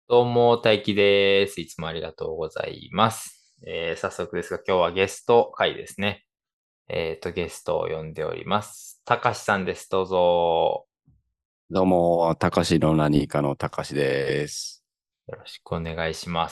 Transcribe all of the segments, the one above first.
どうも、大輝です。いつもありがとうございます。早速ですが、今日はゲスト会ですね。ゲストを呼んでおります。たかしさんです。どうぞ。 どうも、たかしの何かのたかしです。 よろしくお願いします。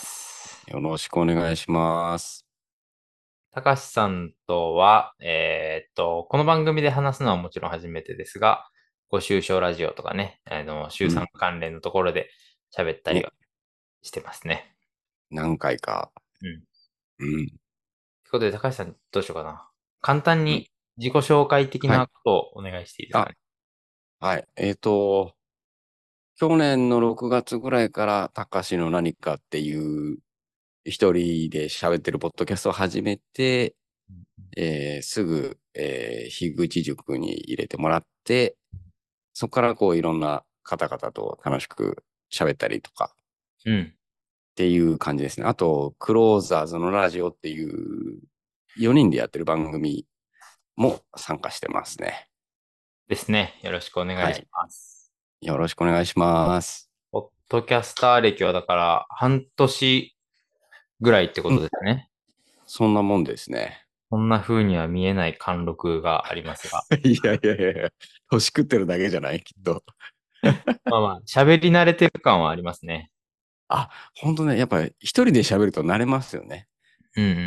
よろしくお願いします。 たかしさんとは、この番組で話すのはもちろん初めてですが、ご愁傷ラジオとかね、週3 うん。 関連のところで喋ったりね、 はしてますね。 何回か。 うん。 うん。 ということで、高橋さん、どうしようかな。簡単うん。 に自己紹介的はい。 なことをお願いしていいですかあ、 ね。 はい。去年の6月ぐらいからたかしの何かっていう一人で喋ってるポッドキャストを始めて、すぐ、樋口塾に入れてもらって、そこからこういろんな方々と楽しく喋ったりとかうん。 っていう感じですね。あと、クローザーズのラジオっていう4人でやってる番組も参加してますね。 ですね。よろしくお願いしはい。 ます。 よろしくお願いします。 ポッドキャスター歴はだから半年ぐらいってこうん。 とですね。 そんなもんですね。 こんな風には見えない貫禄がありますが。 いやいやいやいや、年食ってるだけじゃない、きっと。 まあまあ、喋り慣れてる感はありますね。 あ、ほんとね、やっぱり一人で喋ると慣れますよね。 うんうんうん。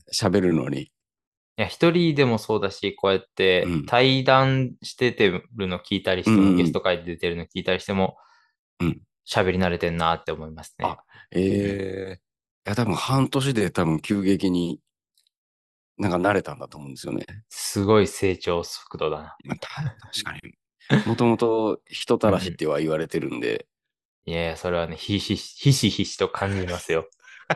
喋るのに。 いや、一人でもそうだし、こうやってうん。 対談しててるの聞いたりしても、 うんうんうん。 ゲスト会で出てるの聞いたりしても、 うん。 喋り慣れてんなって思いますね。 あ、いや、多分半年で多分急激になんか慣れたんだと思うんですよね。 すごい成長速度だな。 まあ、確かに。もともと人たらしっうん。 ては言われてるんで。 いやいや、それはね、ひしひしと感じますよ。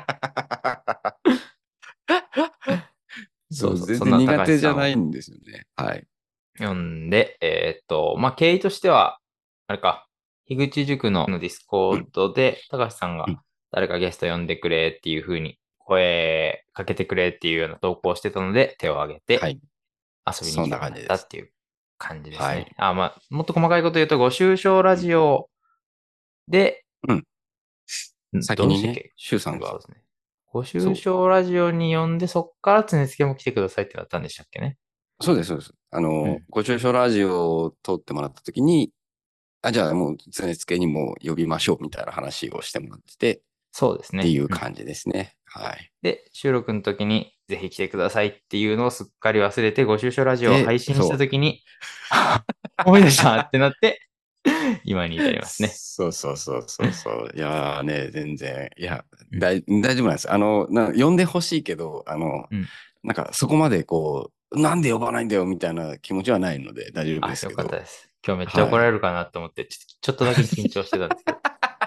そう、 そうそう、そんな全然苦高橋さんを手じゃないんですよね。はい。 読んで、まあ、経緯としては、あれか、樋口塾のディスコーうん、 ドで、高橋さんがうん。 誰かゲスト呼んでくれっていう風に声かけてくれっていうような投稿をしてたので、手を挙げてはい。 遊びにそんな来てもらっ感じです。 たっていう感じですね。 はい。 あ、まあ、もっと細かいこと言うと、ご愁傷ラうん。 ジオで、 うん。先にね、 どうでしたっけ？ シュウさんが、 そうですね。ご愁そう、 傷ラジオに呼んで、そっから常付けも来てくださいってなったんでしたっけね。 そうです、そうです。 うん。 ご著書ラジオを撮ってもらった時に、じゃあもう、常付けにも呼びましょうみたいな話をしてもらってて、ってそうですね。うん。 いう感じですね。はい。 で、収録の時にぜひ来てくださいっていうのをすっかり忘れて、ご愁傷ラジオをで、 配信したそう。 時に、思い出したってなって、今に至りますね。 そうそうそうそうそう。いやーね、全然、いや、大丈夫なんです。呼んでほしいけど、 うん。 なんかそこまでこう、なんで呼ばないんだよみたいな気持ちはないので大丈夫であ、よかったすけど、 です。今日めっちゃ怒られはい。 るかなと思って、ちょっとだけ緊張してたんですけど、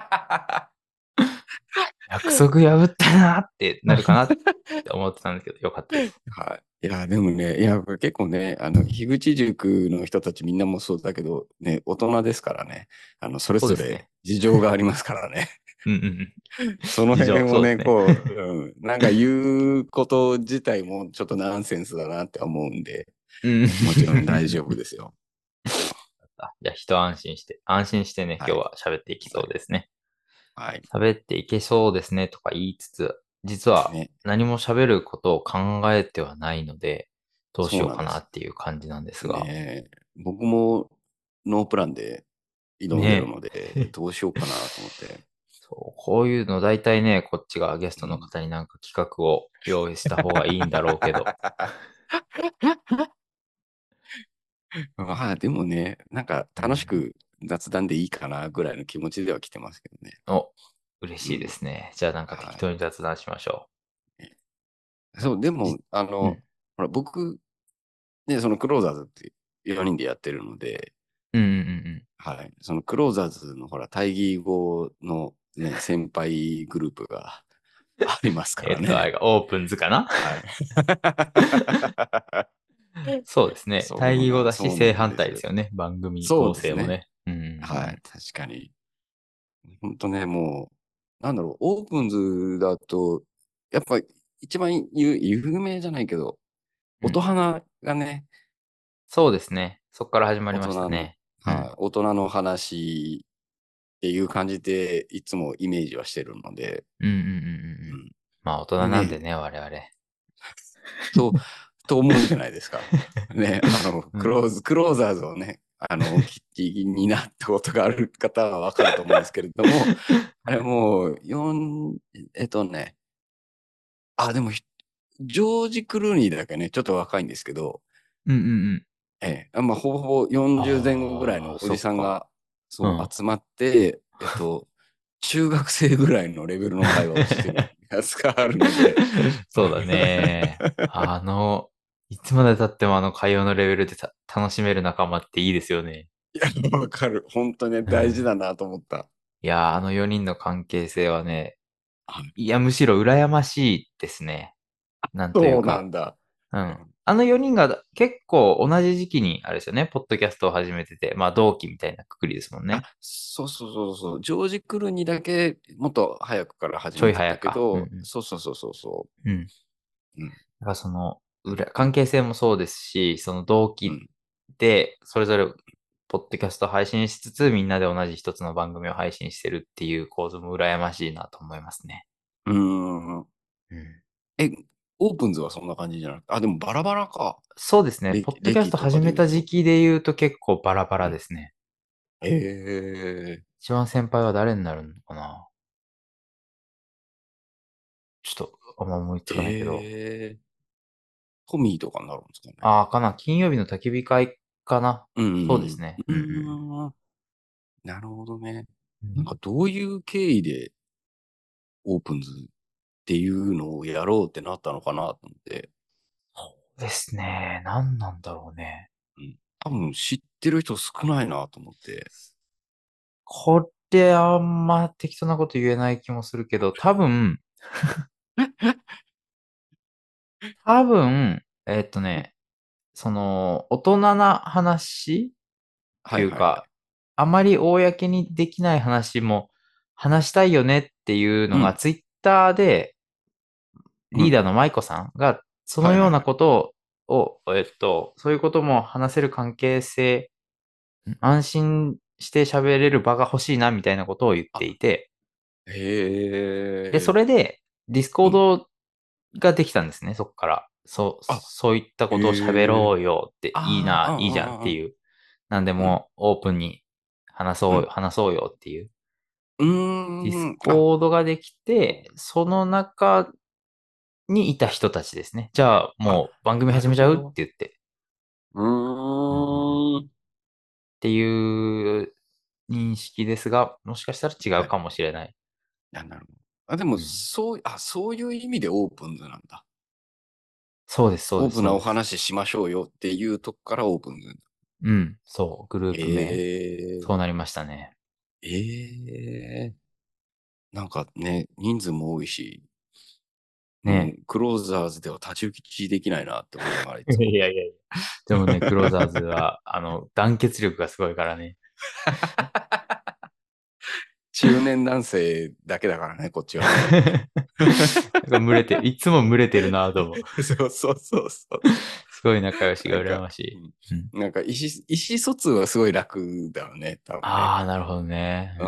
約束破ったなってなるかなって思ってたんですけど、よかったです。 はい。いや、でもね、いや、これ結構ね、樋口塾の人たちみんなもそうだけど、ね、大人ですからね、それぞれそうですね。 事情がありますからね。 うんうんうん。 その事情、 辺をね、 そうですね。 こう、なんか言うこと自体もちょっとナンセンスだなって思うんで、 うん。 もちろん大丈夫ですよ。 じゃあ、一安心して、安心してね、 はい。 今日は喋っていきはい。 そうですね。 はい。 喋っていけそうですねとか言いつつ、実はね。 何も喋ることを考えてはないので、どうしようかなそうなんです。 っていう感じなんですが。 ね。僕もノープランで挑んでるねので、 え。 どうしようかなと思って。 そう、こういうの大体ね、こっちがゲストのうん。 方になんか企画を用意した方がいいんだろうけど。 まあ、でもね、なんかうん、 楽しく雑談でいいかなぐらいの気持ちでは来てますけどね。 お、嬉しいでうん。 すね。じゃあなんか適はい。 当に雑談しましょそう、でう。 も、 うん。 ほら、僕、ね、そのクローザーズって4人でやってるので、 うんうんうんはい。そのクローザーズのほら、対義語のね、先輩グループがありますからあれね。 がオープンズかな？ はい。 そうですね。対義語だしそうな正反んですよ。 対ですよね。番組構そうですね。 成もね。うんうんうん。 はい。確かに。本当ね、もう、なんだろう、オープンズだと、やっぱ一番有名じゃないけど、 うん。 音花がね、 そうですね。そこから始まり大ました人の、 ね。うん。 はい、大人の話っていう感じで、いつもイメージはしてるので、 うんうんうんうんうん。 うん。 まあ大人なんでね、 ね、我々。 と、と思うじゃないですか。ね、 うん。 クローザーズをね、お聞きになったことがある方はわかると思うんですけれども、あれもう、えっとね、でもジョージ・クルーニーだけね、ちょっと若いんですけど、 うんうんうん。 まあ、ほぼほぼ40前後ぐらいああ、 のおじそっか。 さんが、そう、 うん。 集まって、中学生ぐらいのレベルの会話をしてるやつがあるので、 そうだね。いつまで経ってもあの会話のレベルで楽しめる仲間っていいですよね。 いや、わかる。本当ね、 うん。 大事だなと思った。 いやー、あの4人の関係性はね、 あ、 いや、むしろ羨ましいですね。なんというそうなか。 んだ。 うん。あの4人が結構同じ時期に、あれですよね、ポッドキャストを始めてて、まあ同期みたいなくくりですもんね。 そうそうそうそう。ジョージ・クルーニーだけもっと早くから始ちょいめてた早か。うんうけど、 ん。 そうそうそうそうそうん。 う。うん。 だからその、関係性もそうですし、その同期うん。 で、それぞれ、ポッドキャストを配信しつつ、みんなで同じ一つの番組を配信してるっていう構図も羨ましいなと思いますね。 うーん。 うん。 え、オープンズはそんな感じじゃなくて、でもバラバラか。 そうですね。ポッドキャスト歴とか始めた時で言うと。 期で言うと結構バラバうん。 ラですね。 え一番先輩は誰になるのかな。ちょっとあんま思いつかないけど。 えトミーとかになるんですかね。 ああ、かな。金曜日の焚き火会かな。 うん。 そうですね。 ううんうんん。なるほどね。 うん。うん。 なんかどういう経緯でオープンズっていうのをやろうってなったのかなと思って。 そうですね。何なんだろうね。 うん。多分知ってる人少ないなと思って。 これあんま適当なこと言えない気もするけど、多分、その、大人な話ってはいはいはい。 いうか、あまり公にできない話も話したいよねっていうのが、 うん。 ツイッターでうん。 リーダーの舞子さんが、そのようなはいはいはい。 ことを、そういうことも話せる関係性、安心して喋れる場が欲しいなみたいなことを言ってあ、 いて、で、そへえ。 れで、ディスコーうん。 ドができたんですね、そこから。 あ、 そういったことを喋へえ。 ろうよって、いいな、いいじゃんっていう。なんでうん。 もオープンにうん。 話そうよっていう。 うディスーん。 コードができて、その中にいた人たちですね。じゃあもう番組な始めちゃうってるほど。 言って。 ううんうんうんっーん。 ていう認識ですが、もしかしたら違うはい。 かもしれない。 なるほど。でも、 うん、 そういう意味でオープンズなんだ。 そうです、そうです、 オープンなおそうです。 話しましょうよっていうとこからオープンズ。 うん、そう、グループ名、 ええそうなりましたね。 ええなんかね、人数も多いし、もうね。 クローザーズでは太刀打ちできないなって思いながらいつも。 いやいやいや。でもね、クローザーズは、団結力がすごいからね。 中年男性だけだからね、こっちはね。 なんかいつも群れてるなぁと思う。 そうそうそうそう。 すごい仲良しがなんか、 羨ましい。 うんうん。 なんか意思疎通はすごい楽だよね、多分ね。 ああ、なるほどね。ううん。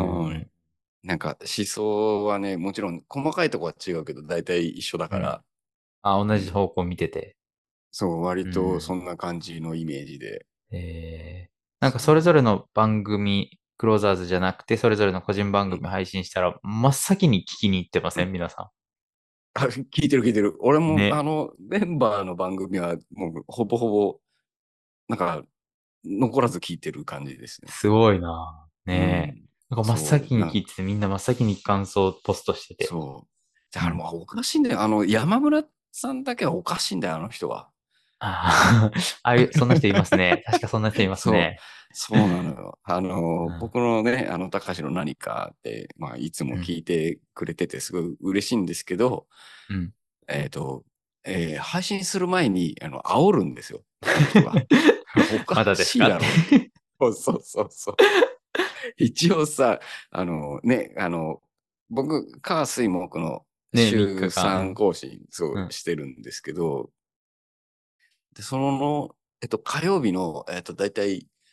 ん。 なんか思想はね、もちろん細かいとこは違うけど、大体一緒だうん。 から、 あ、同うん。 じ方向見てて。 そう、割とそうん。 んな感じのイメージで。 なんかそれぞそう。 れの番組、クローザーズじゃなくて、それぞれの個人番うん。 組配信したら、真っ先に聞きに行ってまうん。 せん皆さ聞いてる聞いてる。俺ん。 も、 ね。 メンバーの番組はもうほぼほぼ、なんか、残らず聞いてる感じですね。 すごいなぁ。ねえ。 うん。 なんか真っそう、 先に聞いてて、みんな真っ先に感想をポストしてて。 そう。だうん。 からもうおかしいんだよ。山村さんだけはおかしいんだよ、あの人は。 ああ、そんな人いますね。確かそんな人いますそう、 ね。 そうなのよ。 うん。 僕のね、高橋の何かって、まあ、いつもうん。 聞いてくれてて、すごい嬉しいんですけど、 うん。 えっと、配信する前に、煽るんですよ。あの人が。おかまだですかって。 しいだろうって。そうそうそうそう。一応さ、ね、僕、火水木のね、3 週日間。 3更新、そうん。 うしてるんですけど、で、火曜日の、だいたい、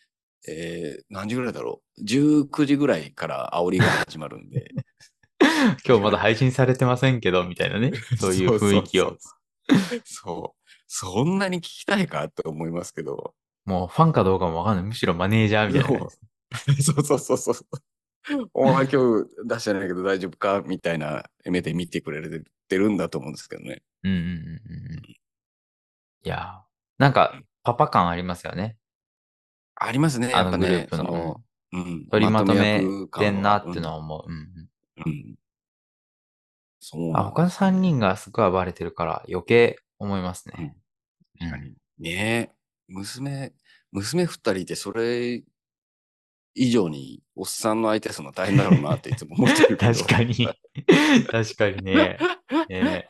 何時ぐらいだろう。19時ぐらいから煽りが始まるんで。 今日まだ配信されてませんけど、みたいなね。そういうそうそう雰囲気を。 そう。そう。そんなに聞きたいかと思いますけど。 もうファンかどうかもわかんない。むしろマネージャーみたいな感じででも、 す。 そうそうそうそう。お前今日出してないけど大丈夫かみたいな目で見てくれてるんだと思うんですけどね。 うんうんうんうんうん。いやー、なんか、パパ感ありますよね。 ありますね。 あのやっぱね、 グループの。うん。取りまとめまとめ役感は、 てんなってのは思う。うんうん。 うん、そうあ、 なん他の3 ですよね。 人がすごい暴れてるから余計思いますうん、 ね。うん。 確かに。ねえ、娘二人ってそれ以上におっさんの相手するの大変だろうなっていつも思ってるけど。 確かに。確かにね。ね。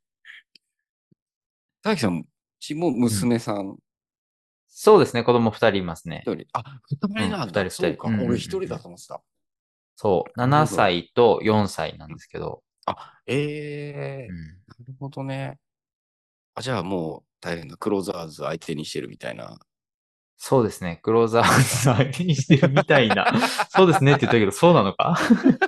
大樹さんちもうん。 娘さんそうですね。子供2人いますね。 一人。あ、二うん。 人なんだ。 2人、2人。うんそうか。 うんうん俺一人うん。 だと思ってた。 そう。7 なるほど。 歳と4歳なんですけど。 あ、ええ、 うん。 なるほどね。あ、じゃあもう大変だ。クローザーズ相手にしてるみたいなそうですね。クローザー感じだ。 ズ相手にしてるみたいな。そうですねって言ったけど、そうなのか？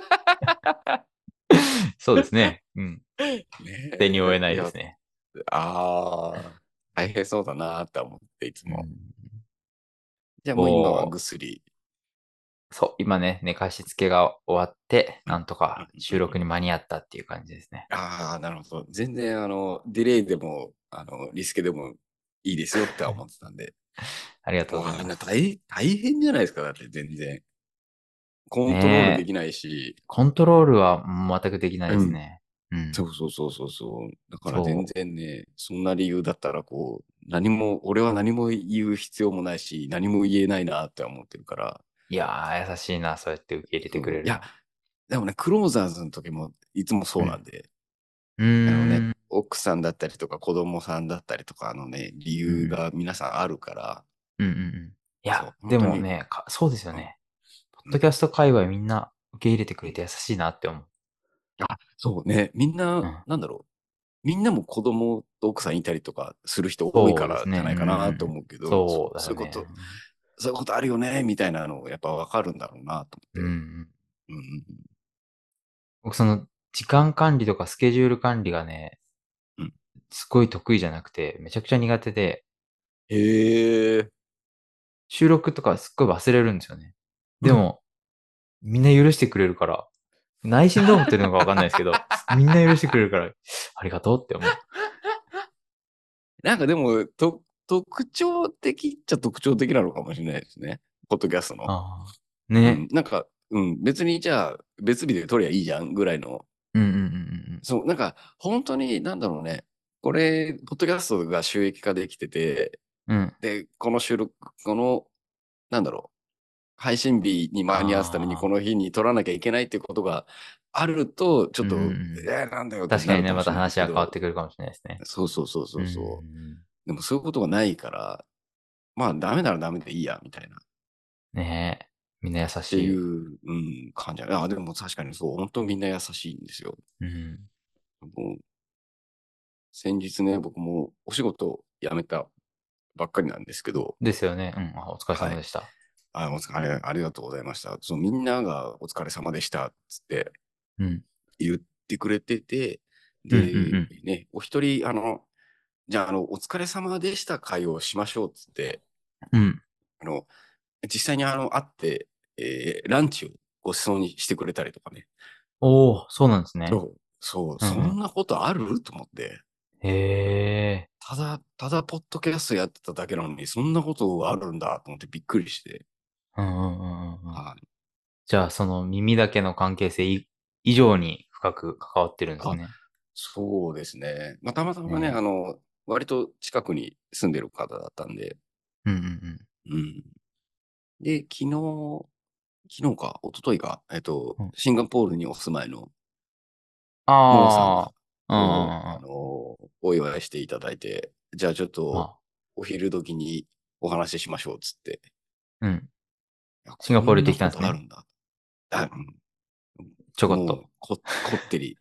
そうですね。うん。 ね手に負ええ、いや、 ないですね。 ああ、大変そうだなって思っていつも。 うん。 じゃあもう今はこぐっすり。 う、そう、今ね、寝かしつけが終わって、 うんなんとか収録にうんうん、 間に合ったっていう感じですね。 ああ、なるほど。全然ディレイでも、リスケでもいいですよって思ってたんで。 ありがとうごもうみんなざいます。 大変じゃないですか。だって全然。コントロールでねえ。 きないし。 コントロールは全くできないうん。 ですね。うん。 そうそうそうそうそう。だから全そ然ね、そんな理由だったらこう、俺は何も言う必要もないし、何も言えないなって思ってるから。 う。いやー、優しいな、そうやって受け入れてくそういや、 れるの。 でもね、クローザーズの時もいつもそうん。 うなんで、 うーん。 奥さんだったりとか子供さんだったりとか理うん。 由が皆さんあるから、 うんうんうん。いそう、 や、 本当に、 でもね、そうですようん、 ね。ポッうん、 ドキャスト界隈みんな受け入れてくうん。 れて優しいなって思う。 あ、そうね、みんな、 うん。 なんだろう、みんなも子供と奥さんいたりとかする人多いからそうですね。うんうんじゃないかなとうん。 思うけど、そう、 そうだよね。 そういうことあるよね、みたいなのをやっぱわかるんだろうなと思うん。うって。 ん。 うんうん僕その時間管理とかスケジュール管理がね、 うん。 すごい得意じゃなくて、めちゃくちゃ苦手で、 へえ。 収録とかすっごい忘れるんですよね。 うん。 でも、みんな許してくれるから、内心どう思ってるのかわかんないですけど、みんな許してくれるから、ありがとうって思う。 なんかでも、特徴的っちゃ特徴的なのかもしれないですね。ポッドキャストの。 ああ。ね。 うん。なんか、うん。別にじゃあ、別日で撮りゃいいじゃんぐらいの。 うんうんうんそう、なんか、本当に、なんだろうね。これ、ポッドキャストが収益化できてて、 うんうん。うん。 で、この収録、なんだろう。配信日に間に合わすためにこああ。 の日に撮らなきゃいけないっていうことがあると、ちょうんうんうっと、 ん。 なんだよって確かにね、またなるかもしれない話は変わっけど、 てくるかもしれないですね。 そうそうそうそうんうんううそう。 ん。 でもそういうことがないから、まあダメならダメでいいや、みたいな。っねえ。みんな優していい。 う、うん、感じ。でも確かにそう、本当みんな優しいんですよ。 うん。 もう先日ね、僕もお仕事辞めたばっかりなんですけど、 ですよね。うん。あ、お疲れはい。 様でした。 ありがとうございました。そう、みんながお疲れ様でしたっつってうん。 言ってくれてて、 うんうんうで、 ん。 ね、お一人、じゃあ、お疲れ様でした会をしましょうっつって、 うん。 あの、実際に会って、ランチをご馳走にしてくれたりとかね。 おー、そうなんですね。 そんうんうん。 なことあると思って。 へえ。 ただ、ポッドキャストやってただけなのに、そんなことあるんだと思ってびっくりして。 うんうんうんうんうん。 はい。 じゃあ、その耳だけの関係性以上に深く関わってるんですあ、 ね。 そうですね。まあ、たまたまね、 ね。 割と近くに住んでる方だったんで、 うんうんうん。 うん。で、昨日か、一昨日か、 うん、 シンガポールにお住まいのモーさんが、 ああ、 を、 うんうんうんうん。 お祝いしていただいて、じゃあちょっと、 あ、 お昼時にお話ししましょうっつって、 うん。 いや、 シンガポール行ってこんなきたんですね。 ことあるんだ。あ、 ちょこっと。 もう、こってり。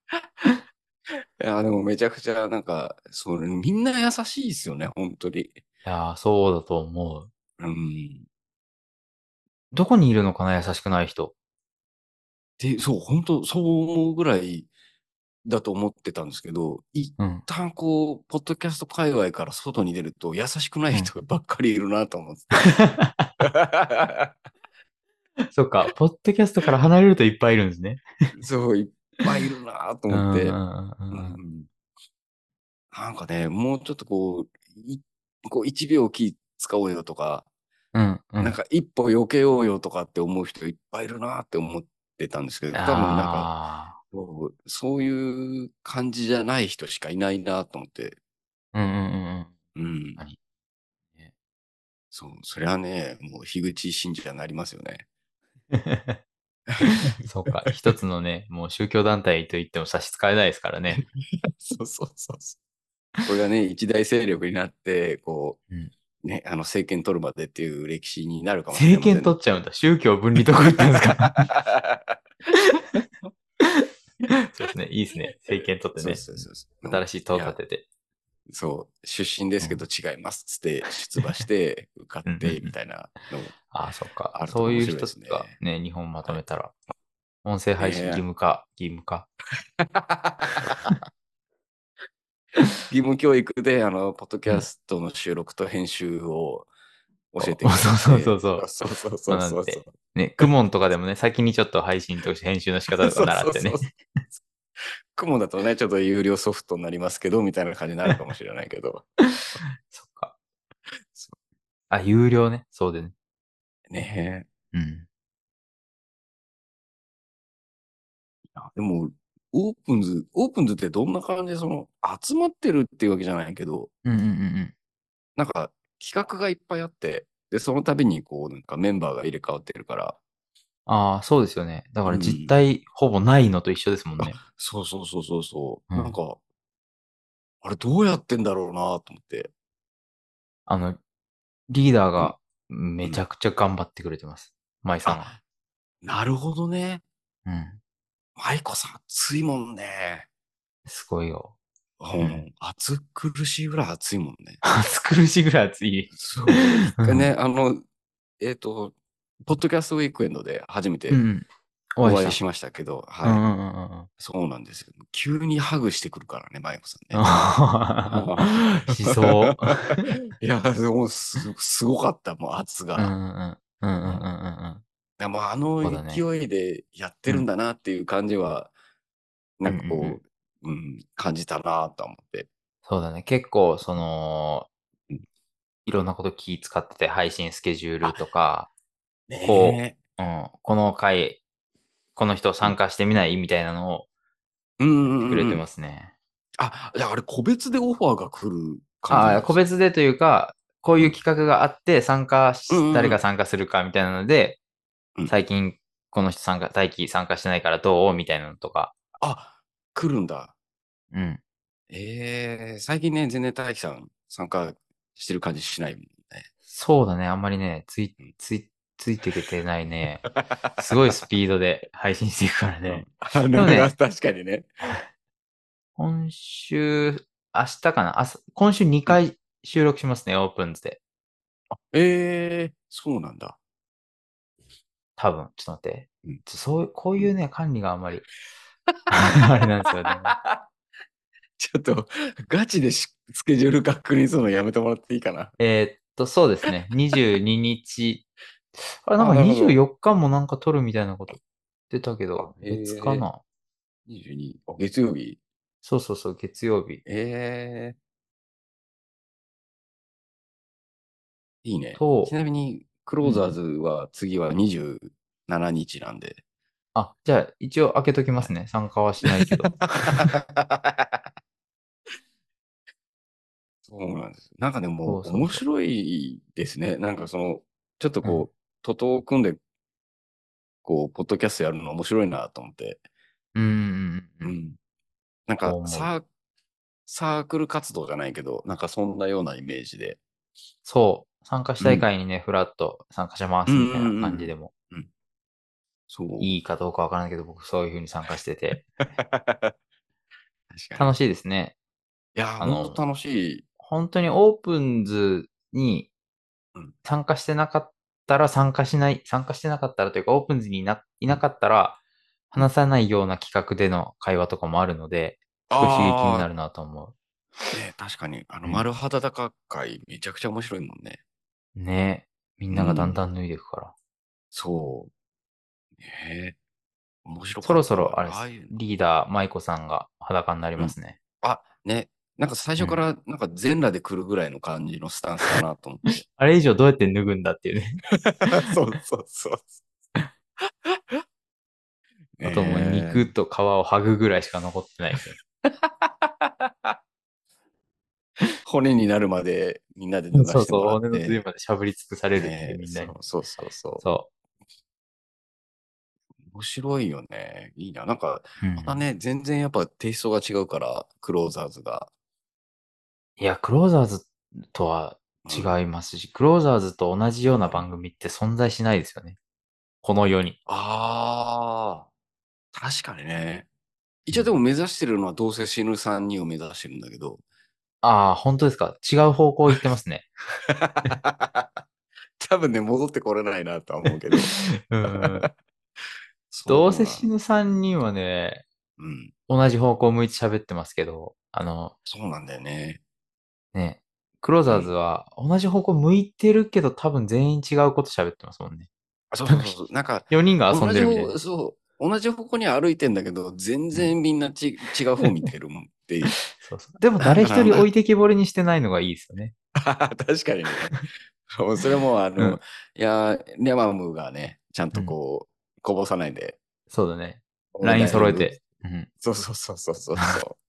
いや、でもめちゃくちゃ、なんか、みんな優しいですよね、本当に。 いやー、そうだと思う。 うん。 どこにいるのかな、優しくない人。 で、そう、本当そう思うぐらいだと思ってたんですけど、一うん。 旦こう、ポッドキャスト界隈から外に出ると優しくないうん。 人ばっかりいるなと思って。 そっか、ポッドキャストから離れるといっぱいいるんですね。 そう、いっぱいいるなとうんう思って。 んうんうんうん。 うん。なんかね、もうちょっとこう、こう1秒気使おうよとか、 うんうん。 なんか一歩避けようよとかって思う人いっぱいいるなって思ってたんですけど、多分なんか、 あそういう感じじゃない人しかいないなと思って。 あ。うんうんうんうん。 うん。 何ね。 そう、それはね、もう樋口信者になりますよね。 そうか。一つのね、もう宗教団体と言っても差し支えないですからね。 そうそうそうそう。これがね、一大勢力になって、こうん。 う、ね、政権取るまでっていう歴史になるかもしれ政権ませんね。 取っちゃうんだ。宗教分離とか言ったんですか？そうですね。いいですね。政権取ってそうね。 そうそうそう。 新しい党いや、 立てて。 そう、出身ですけどうん。 違いますっつって出馬して受かっうんうんてうん。 みたいなのああ、そっか。 あるとそういう面白いで人がすね。 ね、日本まとはい。 めたら、音声配信義ね務化、義務化。 え。義務教育で、ポッドキうん。 ャストの収録と編集を教えそてくれうそうそて、 うそう。 そうそうまあそうそうそなんて、ね、クモンとかでもね、先にちょっと配信として編集の仕方う。 とかそう習ってね。 そうそう。雲だとね、ちょっと有料ソフトになりますけど、みたいな感じになるかもしれないけど。 そっか。 そあ、有料ね。そうでね。 うねえ。 うん。 でも、オープンズってどんな感じで、集まってるっていうわけじゃないけど、 うんうんうんうん。 なんか、企画がいっぱいあって、で、その度に、こう、なんかメンバーが入れ替わってるから、 ああ、そうですよね。だから実うん。 態ほぼないのと一緒ですもんね。 あ、そうそうそうそうそう。なんうん。 か、あれどうやってんだろうなと思って。 あの、リーダーうん、 がうん。 めちゃくちゃ頑張ってくれてます。舞さんは。 あ、なるほどね。 うん。 舞子さん熱いもんね。 すごいよ。 ううん。 ん。暑苦しいぐらい暑いもんね。 暑苦しいぐらい暑い。 そう、一回ね、 うん。 えっと、ポッドキャストウィークエンドで初めてうんうん。お会いした。 お会いしましたけど、はい。 うんうんうんうん。 そうなんですよ。急にハグしてくるからね、舞子さんね。 しそう。 いや、もうすごかった、もう圧うんうが。 んうんうんうんうんうん。 うん。 でもあのそうだね。 勢いでやってうん。 るんだなっていう感じは、なうんうんうんかこん。 う、うん、感じたなと思って。 そうだね。結構、 うん、 いろんなこと気使ってて、配信スケジュールあ、 とか、こねう、うん、この回、この人え。うん。 参加してみないみたいなのをうんうやってくれてまんうんうん。 すね。 あ、じゃああれ個別でオファーが来る感じああ、 なんですか？ 個別でというか、こううん。 いう企画があってうんうんうん。 誰が参加するかみたいなので、 うん。 最近この人大輝参加してないからどうみたいなのとか。 あ、来るんだ。 うん。 最近ね、全然大樹さん参加してる感じしないもんね。 そうだね。あんまりね、 うん。 ついていけてないね。すごいスピードで配信していくからね。 うん。なんかでもね、 確かにね。 今週、明日かな今週うん。 2回収録しますね、オープンズで。 そうなんだ。 多分、ちょっと待って。 うん。 こううん。 いうね、管理があんまりあれなんですよね。 ちょっと、ガチでスケジュール確認するのやめてもらっていいかな。 そうですね。22日。あれ、なんあ、 か24 なるほど。 日もなんか撮るみたいなこと言ってたけど、 あ、 別かな？ 22、月曜日。 そうそうそう、月曜日。 えー、いいね。ちと、 なみに、クローザーズうんうん。 は次は27日なんで。 あ、じゃあ、一応開けときまはい。 すね。参加はしないけど。 そうなんです。なんかでも、 そうそうそ面白いですね。なんかちょっとう。うん。 こう、徒党を組んで、こう、ポッドキャストやるの面白いなと思って。 うんうんうんうん。 うん。なんか、 そう思う。 サークル活動じゃないけど、なんかそんなようなイメージで。 そう。参加したいうん。 会にね、フラッと参加しまうんうすみたいなんうん感じでもうん。うん。そう。 いいかどうかわからないけど、僕そういう風に参加してて、 確かに。 楽しいですね。 いやー、ほんとあの、 楽しい。 本当にオープンズにうん。 参加してなかったら参加してなかったらというか、オープンズにいなうん。 かったら、 うん。 話さないような企画での会話とかもあるので、すごい刺激になあるなと思あ、ね、確かに、 う。うん。 丸裸会めちゃくちゃ面白いもんね。 ねえ。みんながだんうん。 だん脱いでいくから。 そう。ね、面白そろかったわ。 そろ、あれです。 ああいう、 リーダー、舞子さんが裸になりうん。 ますね。 あ、ね。なんか最うん。 初からなんか全裸で来るぐらいの感じのスタンスかなと思って。 あれ以上どうやって脱ぐんだっていうね。 そうそうそう。 あともうえ肉と皮を剥ぐぐらいしか残ってないですよ。 骨になるまでみんなで脱がしてもそうそう、 らって、 骨の髄までしゃぶり尽くされるっていうね、 みんなに。 そうそうそうそそう。面白いよね。いいな。なんか、 う。うん。 またね、全然やっぱテイストが違うから、クローザーズが。 いや、クローザーズとはうん。 違いますし、クローザーズと同じようなうん。 番組って存在しないですよね。この世に。 ああ、確かにね。一応でもうん。 目指してるのはどうせ死ぬ3人を目指してるんだけど。 ああ、本当ですか。違う方向行ってますね。 多分ね、戻ってこれないなとは思うけど。 うん。 そどううなの。 せ死ぬ3人はね、 うん。 同じ方向向いて喋ってますけど、 そうなんだよね。 ね、クローザーズうん。 は同じ方向向いてるけど多分全員違うこと喋ってますもんね。 あ、そうなんかそうそうそう。なんか、 4人が遊んでるみたいな。 同じ方向に歩いてんだけど、全うん。 然みんな違う方見てるもんっていう。 そうそう。でもなん誰一人置かな、 いてけぼりにしてないのがいいですよね。 確かにね。そうそれもうん。 いや、リャマムがね、ちゃんとうん。 こぼさないで、 そうだね。ライン大丈夫。 揃えて。うん。 そうそうそうそうそうそう。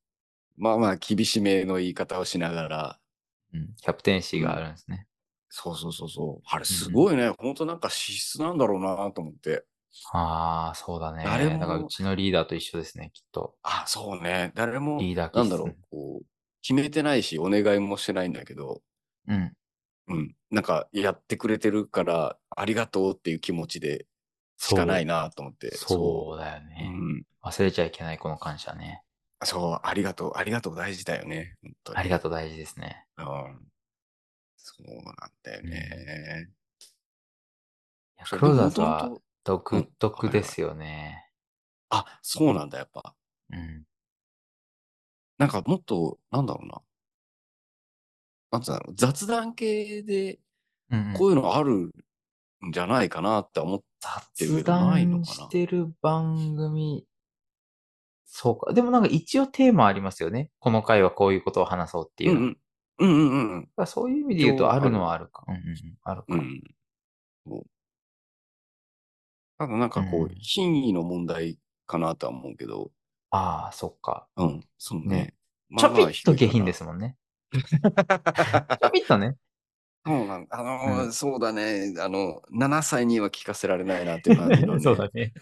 まあまあ、厳しめの言い方をしながら、 うん。キャプテンシーがあうん。 るんですね。 そうそうそうそう。あれうんうん。 すごいね。本当なんか資質なんだろうなと思って。 ああ、そうだね。だからう誰も、 ちのリーダーと一緒ですね、きっと。 あ、そうね。誰も、 リーダー気質。 なんだろう、決めてないし、お願いもしてないんだけど、 うん。 うん。なんか、やってくれてるから、ありがとうっていう気持ちでしかないそう。 なと思って、そそうだよう。うね。 ん。 忘れちゃいけない、この感謝ね。 そう、ありがとう大事だよね。本当に。 ありがとう大事ですね。 うん。そうなんだようん。いね。 や、 それでも、 クローザーもズはともと、う独ん。 特はいはい。 ですよね。 あ、そうなんだ、やっぱ。 うん。 なんかもっと、なんだろうな。なんつうんだろう。雑談系で、 うんうん。 こういうのあるんじゃないかなって思ってる雑けど、ないの談かな。 してる番組、そうか。でもなんか一応テーマありますよね。この回はこういうことを話そうっていうのは。だうんうん。うんうんうんうん。 からそういう意味で一言うとあるのは応ある。 あるか。うんうんうん。あるか。 うん。そうただなんかうん品位の問題かなとは思うけど、 ああ、そっか。 うん、そうね。 ね。まちょぴっあまあ低と下品でいから。 すもんね。ちょぴっとね。 そうなん、 うん。 そうだね。7歳には聞かせられないなっていう感じのね。 そうだね。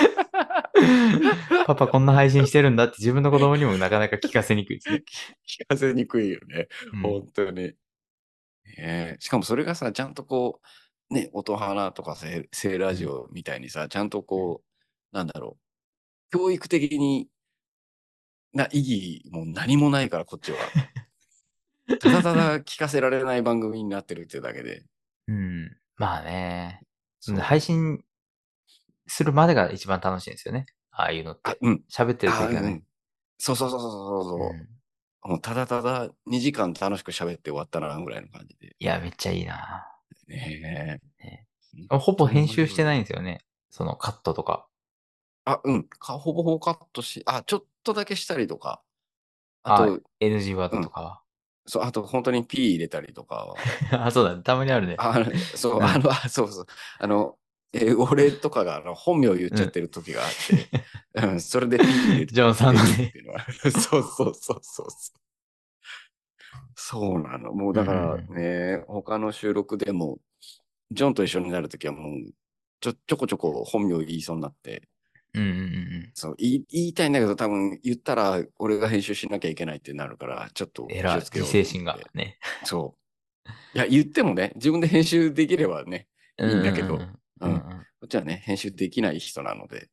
パパこんな配信してるんだって自分の子供にもなかなか聞かせにくいですね。 聞かせにくいよね。 うん。 本当に。しかもそれがさ、ちゃんとね、音花とか聖ラジうん。 オみたいにさ、ちゃんとうんなんだろう、教育的な意義も何もないから、こっちは。ただただ聞かせられない番組になってるっていうだけで。 うんまあね。配そう。 信するまでが一番楽しいんですよね。ああいうのっあ、 て。 うん。 喋ってる時がね。 うん。そうそうそうそうそうそうん。 う。もうただただ2時間楽しく喋って終わったな、ぐらいの感じで。 いや、めっちゃいいな。 ねねえ。本ほぼ当に編集して面白い。 ないんですよね。そのカットとか。 あ、うん。ほぼほぼカットちょっとだけしたりとか。ああ、 と、 NG ワードうん。 とかは。 そう、あと本当に P 入れたりとかは。 あ、そうだね。たまにあるね。 そう、 うん。 そうそう。あの、俺とかが本名言っうん。 ちゃってる時があって、うん、それで P ジョンさん入れるっのね。 ていうのは。そうそうそうそうそう。そうなの。もううんうんうだからん。 ね、他の収録でも、ジョンと一緒になるときはもう、ちょこちょこ本名言いそうになって、 うんうんうんうん。 そう、言いたいんだけど、多分言ったら俺が編集しなきゃいけないってなるから、ちょっと気を偉い。 つけよう自制心がと思って。 ね。 そう。いや、言ってもね、自分で編集できればね、 うんいいんだけど、 うんうん。 うんうんうん。 こっちはね、編集できない人なので。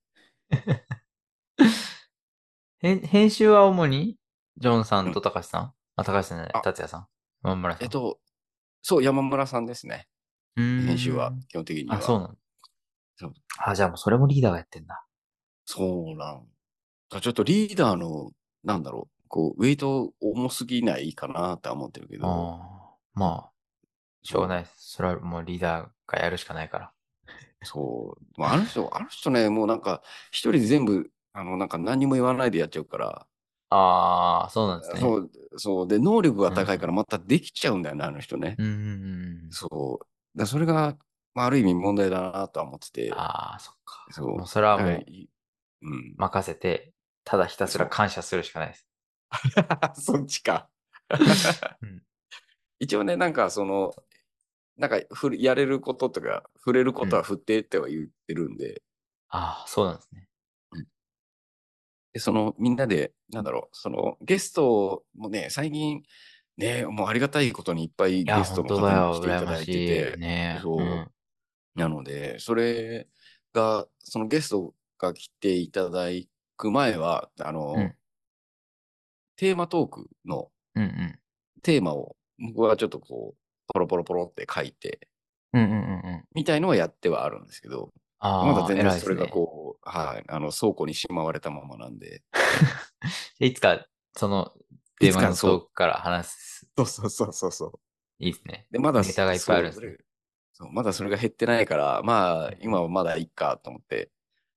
編集は主に、ジョンさんうん。 と高橋さんあ、高橋さんじゃない、 あ、 達也さん。今村さん。 えっと、 そう、山村さんですね。 うー編集は、 ん。 基本的にあ、そうは。 なの。 そうあ、じゃあもうそれもリーダーがやってんだ。 そうなんだ。ちょっとリーダーの、なんだろう、こう、ウェイト重すぎないかなって思ってるけど、 ああ、まあ、しょうがないそう、 です。それはもうリーダーがやるしかないから。 そう。まあ、あの人ね、もうなんか、一人で全部、なんか何にも言わないでやっちゃうから、 ああ、そうなんですね。 そう、そう。で、能力がうん。 高いからまたできちゃうんだよね、あの人ね。 うんうんうんうん。 そう。それが、まあ、ある意味問題だなとは思ってて、 ああ、そっか。もうそう。 それはだから、 もうん、 う任せて、ただひたすらそう。 感謝するしかないです。 そっちか。 うん。 一応ね、なんかなんかやれることとか、触れるうん。 ことは振ってっては言ってるんで、 ああ、そうなんですね。 うんで、みんなで、なんだろう、ゲストもね、最近、ね、もうありがたいことにいっぱいいや、 ゲスト本の方も来当だよ。羨ていただいてましい。 て、 ねえ。うそん。 う、なので、そのゲストが来ていただく前は、 うん。 テーマトークのうんうん。 テーマを、僕はちょっとこう、ポロポロポロって書いて、 うんうんうんうん。 みたいのはやってはあるんですけど、まだああ、 全然それが偉いですね。 こう、はい、倉庫にしまわれたままなんで、 いつか、そのいテーマのつかそう、 トークから話す。 そう。 いいですね。 で、まだネタがいっぱいあるんですね。 まだそれが減ってないから、まあ、 うんうん。 今はまだいいかと思って。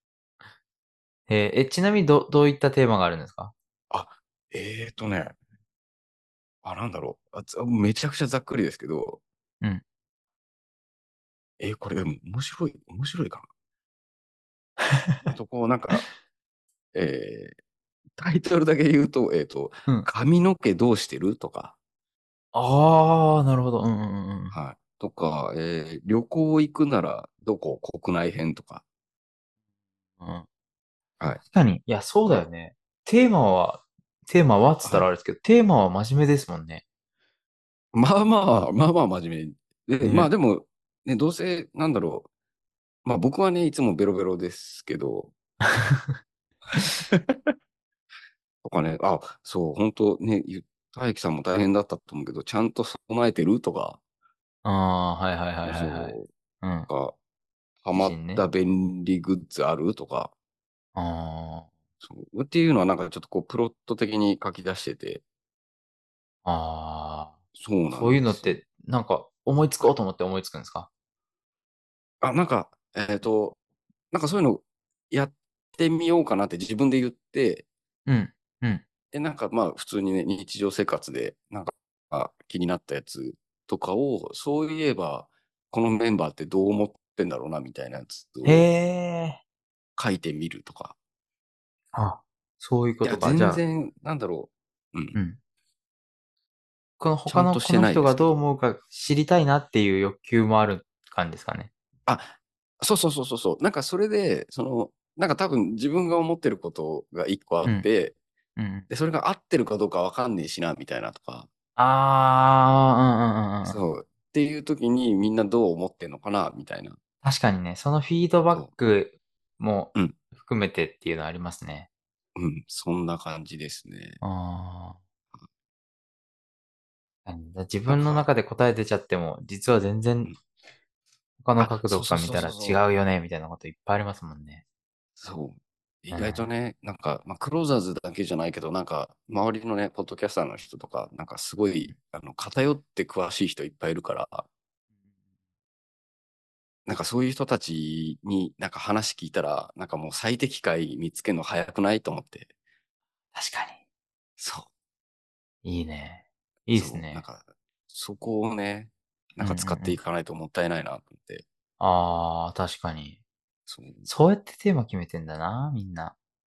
ちなみにどういったテーマがあるんですか？ あ、ね、なんだろう。めちゃくちゃざっくりですけど、 うん。 これでも面白いかな。なんか、えータイトルだけ言うと、 うん。 髪の毛どうしてるとか、 ああ、なるほど。うんうんうんうん。 はい。とか、旅行行くならどこ国内編とか、 うん。 はい。 確かに。いや、そうだよか、 ね。テーマはっつったはい。 らあれですけど、テーマは真面目ですもんね。 まあ真面目に。で、まあね。 でも、ね、どうせ、なんだろう。まあ僕はね、いつもベロベロですけど、とかね、そう、本当ね、大樹さんも大変だったと思うけど、ちゃんと備えてるとか、 ああ、はいはいはいはいはい。 そう、 うん。 か、ハマっ自信ね。 た便利グッズあるとか、 あそうっていうのはなんかちょっとこう、プロット的に書き出してて、 あ、ああ。 そうなそういうんですよ。 のって、なんか、思いつこうと思って思いつくんですか？ なんか、なんかそういうのやってみようかなって自分で言って、 うん。うん。 で、なんかまあ普通にね、日常生活で、なんか気になったやつとかを、そういえば、このメンバーってどう思ってんだろうな、みたいなやつへをえ。 書いてみるとか。 あ、そういういや、 ことか。じゃあ、 全然、なんだろう。うん。 うん。このちゃんとして他のこの人がどうないですけど。 思うか知りたいなっていう欲求もある感じですかね。 あ、そう。なんかそれで、なんか多分自分が思ってることが一個あうん。 って、 うん。 で、それが合ってるかどうかわかんねえしな、みたいなとか。 ああ、うんうんうんうん。 そう。っていう時にみんなどう思ってんのかな、みたいな。 確かにね、そのフィードバッそクもう。うん。 含めてっていうのはありますね。 うん。そんな感じですね。 ああ。自分のなんか、 中で答え出ちゃっても、実は全然うん。 他の角度から見たら違そう。 うよね、みたいなこといっぱいありますもんね。 そう。意うん。 外とね、なんか、まあ、クローザーズだけじゃないけど、なんか、周りのね、ポッドキャスターの人とか、なんかすごい、偏って詳しい人いっぱいいるから、なんかそういう人たちになんか話聞いたら、なんかもう最適解見つけるの早くないと思って。 確かそに。いいね。いいですそう。なんね。 か、そこをね、なうんうんうんか使っていん。 かないともったいないなと思って。 ああ、確かに。 そう。 そうやってテーマ決めてんだな、みんな。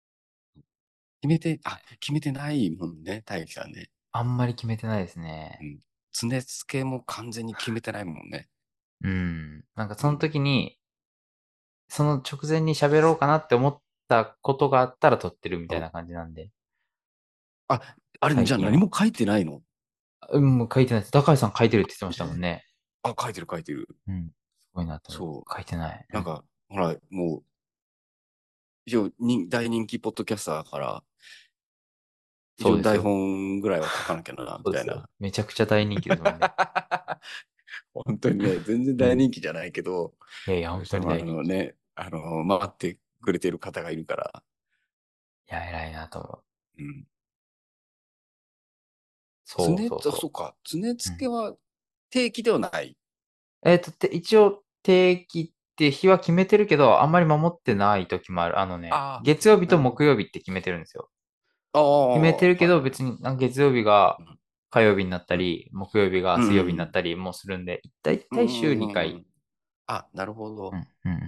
決めてないもんね、大樹さんね。 あんまり決めてないですね。 うん。常付けも完全に決めてないもんね。 うん。なんかそのうん。 時に、その直前に喋ろうかなって思ったことがあったら撮ってるみたいあ、 な感じなんで。 あれ、じゃあ最近は。 何も書いてないの？ うん、もう書いてないです。高橋さん書いてるって言ってましたもんね。 書いてる。 うん。すごいなと思って。 そ書いてない。 う。なんか、ほら、もう、大人気ポッドキャスターだから、一応台そうですよ。 本ぐらいは書かなきゃな、みそうですよ。 たいな。 めちゃくちゃ大人気ですもんね。 本当にね、全然うん。 大人気じゃないけど、 いやいや、本当どうしてもに大人気。い回ってくれてる方がいるから、 や、偉いなと思う。 うん。そそうそうそうか、常う。うん。 付けは定期ではない。 一応定期って日は決めてるけど、あんまり守ってない時もある。 ああ、 月曜日となるほど。 木曜日って決めてるんですよ。 ああ、 決めてるけど、 はいはい。 別に月曜日がうん火曜日になったうんり、木曜日がうん水曜日になっうんたりもするんで、だいうたい週2回。 ん。あ、なるほど。 うん、うん、うん。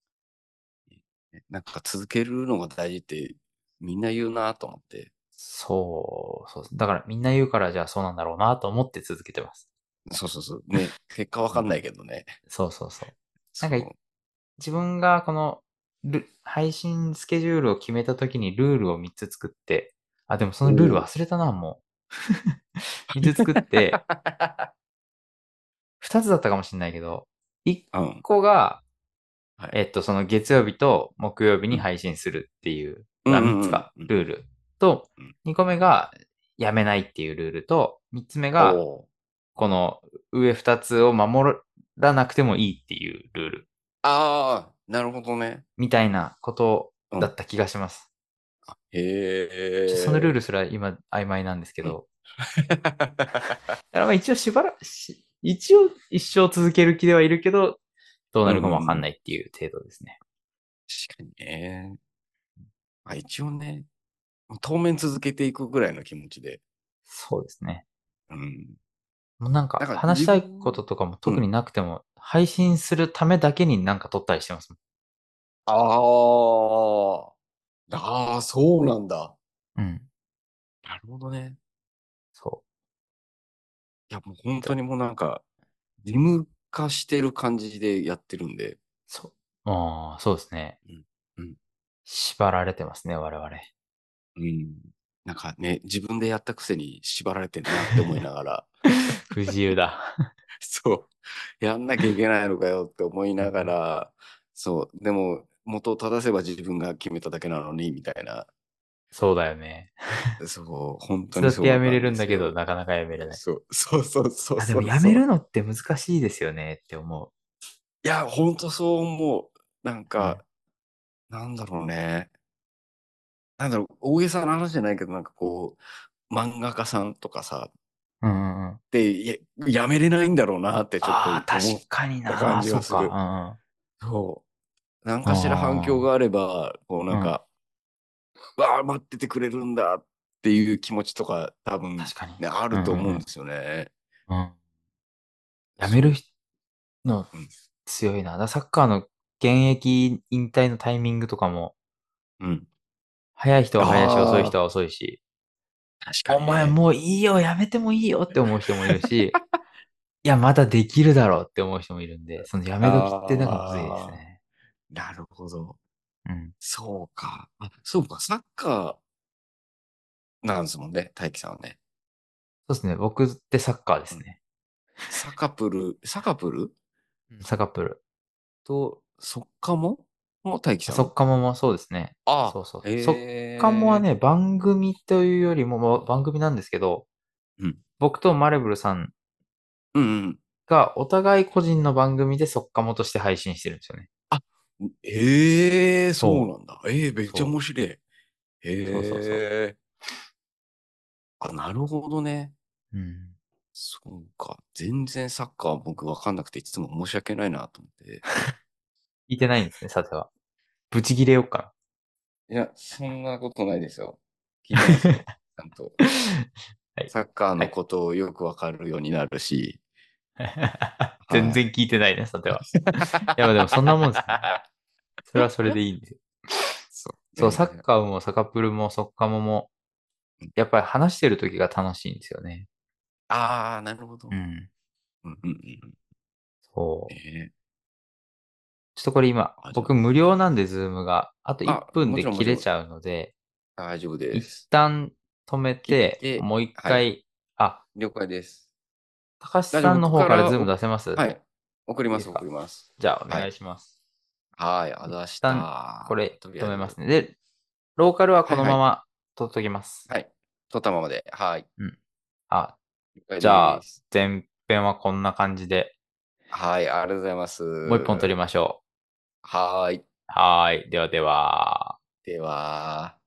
なんか続けるのが大事ってみんな言うなと思って。 そう。だからみんな言うからじゃあそうなんだろうなと思って続けてます。 そうそうそう。ね、結果わうん。 かんないけどね。 そうそうそう。なんかそ自分がこの配信スケジュールを決めた時にルールを3つ作って、あ、でもそう。 のルールおお。 忘れたな、もう。3つ作って、2つだったかもしれないけど、1 うん。 個が、 はい。 その月曜日と木曜日うん。 に配信するっていう、 うんう 3つか、 んうんルールと、 うん。 2個目がやめないっていうルールと、3つ目おが、 お。 この上2つを守らなくてもいいっていうルールああ、なるほどね。 みたいなことうん。 だった気がします。 へそのルーえ。 ルすら今曖昧なんですけうん。 ど、だからまあ一応一応一生続ける気ではいるけど、どううんなるかもわかんうんうん。 ないっていう程度ですね。 確かにね。まあ一応ね、当面続けていくぐらいの気持ちで。 そうですね。 うん。 もうなんかなんか話したいこととかも特にうん。 なくても、配信するためだけになんか撮ったりしてますもああ、そうなんだ。 ん。うん。 なるほどね。 そいや、もう本う。 当にもうなんか、義務化してる感じでやってるんで。 そう。ああ、そうですね。 うん。うん。 縛られてますね、我々。 うん。なんかね、自分でやったくせに縛られてんなって思いながら、 不自由だ。 そう、やんなきゃいけないのかよって思いながうん。 ら、そう、でも、元を正せば自分が決めただけなのに、みたいな、 そうだよね。 そう、本いつだってやめれ当にそうなんるんだけど、 ですよ。 なかなかやめれない。あ、でもやめそう。 るのって難しいですよねって思いや、本当そう思う。なんう。うん。 か、なんだろうね。なんだろう、大げさな話じゃないけど、なんかこう、漫画家さんとかさ、 うんうんうん。 で、やめれないんだろうなってちょっとああ、確思っかにた感な。そうじはする。 か。 そう。何うんうかしら反響ん。 があれば、こうなうんうん。うん。 んか、わあ、待っててくれるんだっていう気持ちとか多分確かに。 ね、あうんるとうんうん。 思うんですよね。 うん。やめるそ人のう。うん。 強いな。サッカーの現役引退のタイミングとかも、 うん。 早い人は早いし、遅いああ、 人は遅いし、 確かお前にね。 もういいよ、やめてもいいよって思う人もいるし、いや、まだできるだろうって思う人もいるんで、そのやめ時ってなんかむずいですああ、 ね。 なるほど。 うん。 そうか。あ、そうか。サッカーなんですもんね、大輝さんはね。 そうですね。僕ってサッカーでうん。 すね。 サカプルうん、サカップル。 と、ソッカモも大輝さソん。 ッカモもそうですね。 ああ、 そうそう。ソッカモはへえ。 ね、番組というよりも、まあ番組なんですけど、 うん。 僕とマレブルさんうんうん。 がお互い個人の番組でソッカモとして配信してるんですよね。 あ、ええ、そうそなんだ。ええ、めっう。 ちゃ面白い。へそう。 え。あ、なるほどね。 うん。 そうか。全然サッカー僕わかんなくていつも申し訳ないなと思って。 聞いてないんですね、さては。ブチギレよっかいや、そんなことないですよ。聞いてますよ。 な。 ちゃんと。 はい。 サッカーはい。 のことをよくわかるようになるし。 全然はい。 聞いてないね、さては。いや、まあでもそんなもんですね。それはそれでいいんですよ。 そうそう、サッね。 カーもサカプルもソッカモも、やっぱり話してる時が楽しいんですよね。 ああ、なるほど。 うん。 うんうんうん。 そう。 ええ、 ちょっとこれ今、 あ、じゃ僕無料なんで、ズームが、あと1 あ、 分でもちろんもちろん。 切れちゃうので、 大丈夫で一す。 旦止め切って、 て、 もう一はい。 回、あ、 了解です。 高橋じゃあさんの僕から方からズーム出せますはい。送ります、 いいですか？ 送ります。 じゃあお願いはい。 します。 はい、あ一ざし旦こた。 れとりあえず。 止めますね。で、ローカルはこはいはい。 のまま取っときます。 はい。取ったままで。はい。 うん。あ、 了解じゃあ、 です。 編はこんな感じで、 はい、ありがとうございまもう一本撮りす。 ましょう。 はーい。 はーい。ではでは。 では。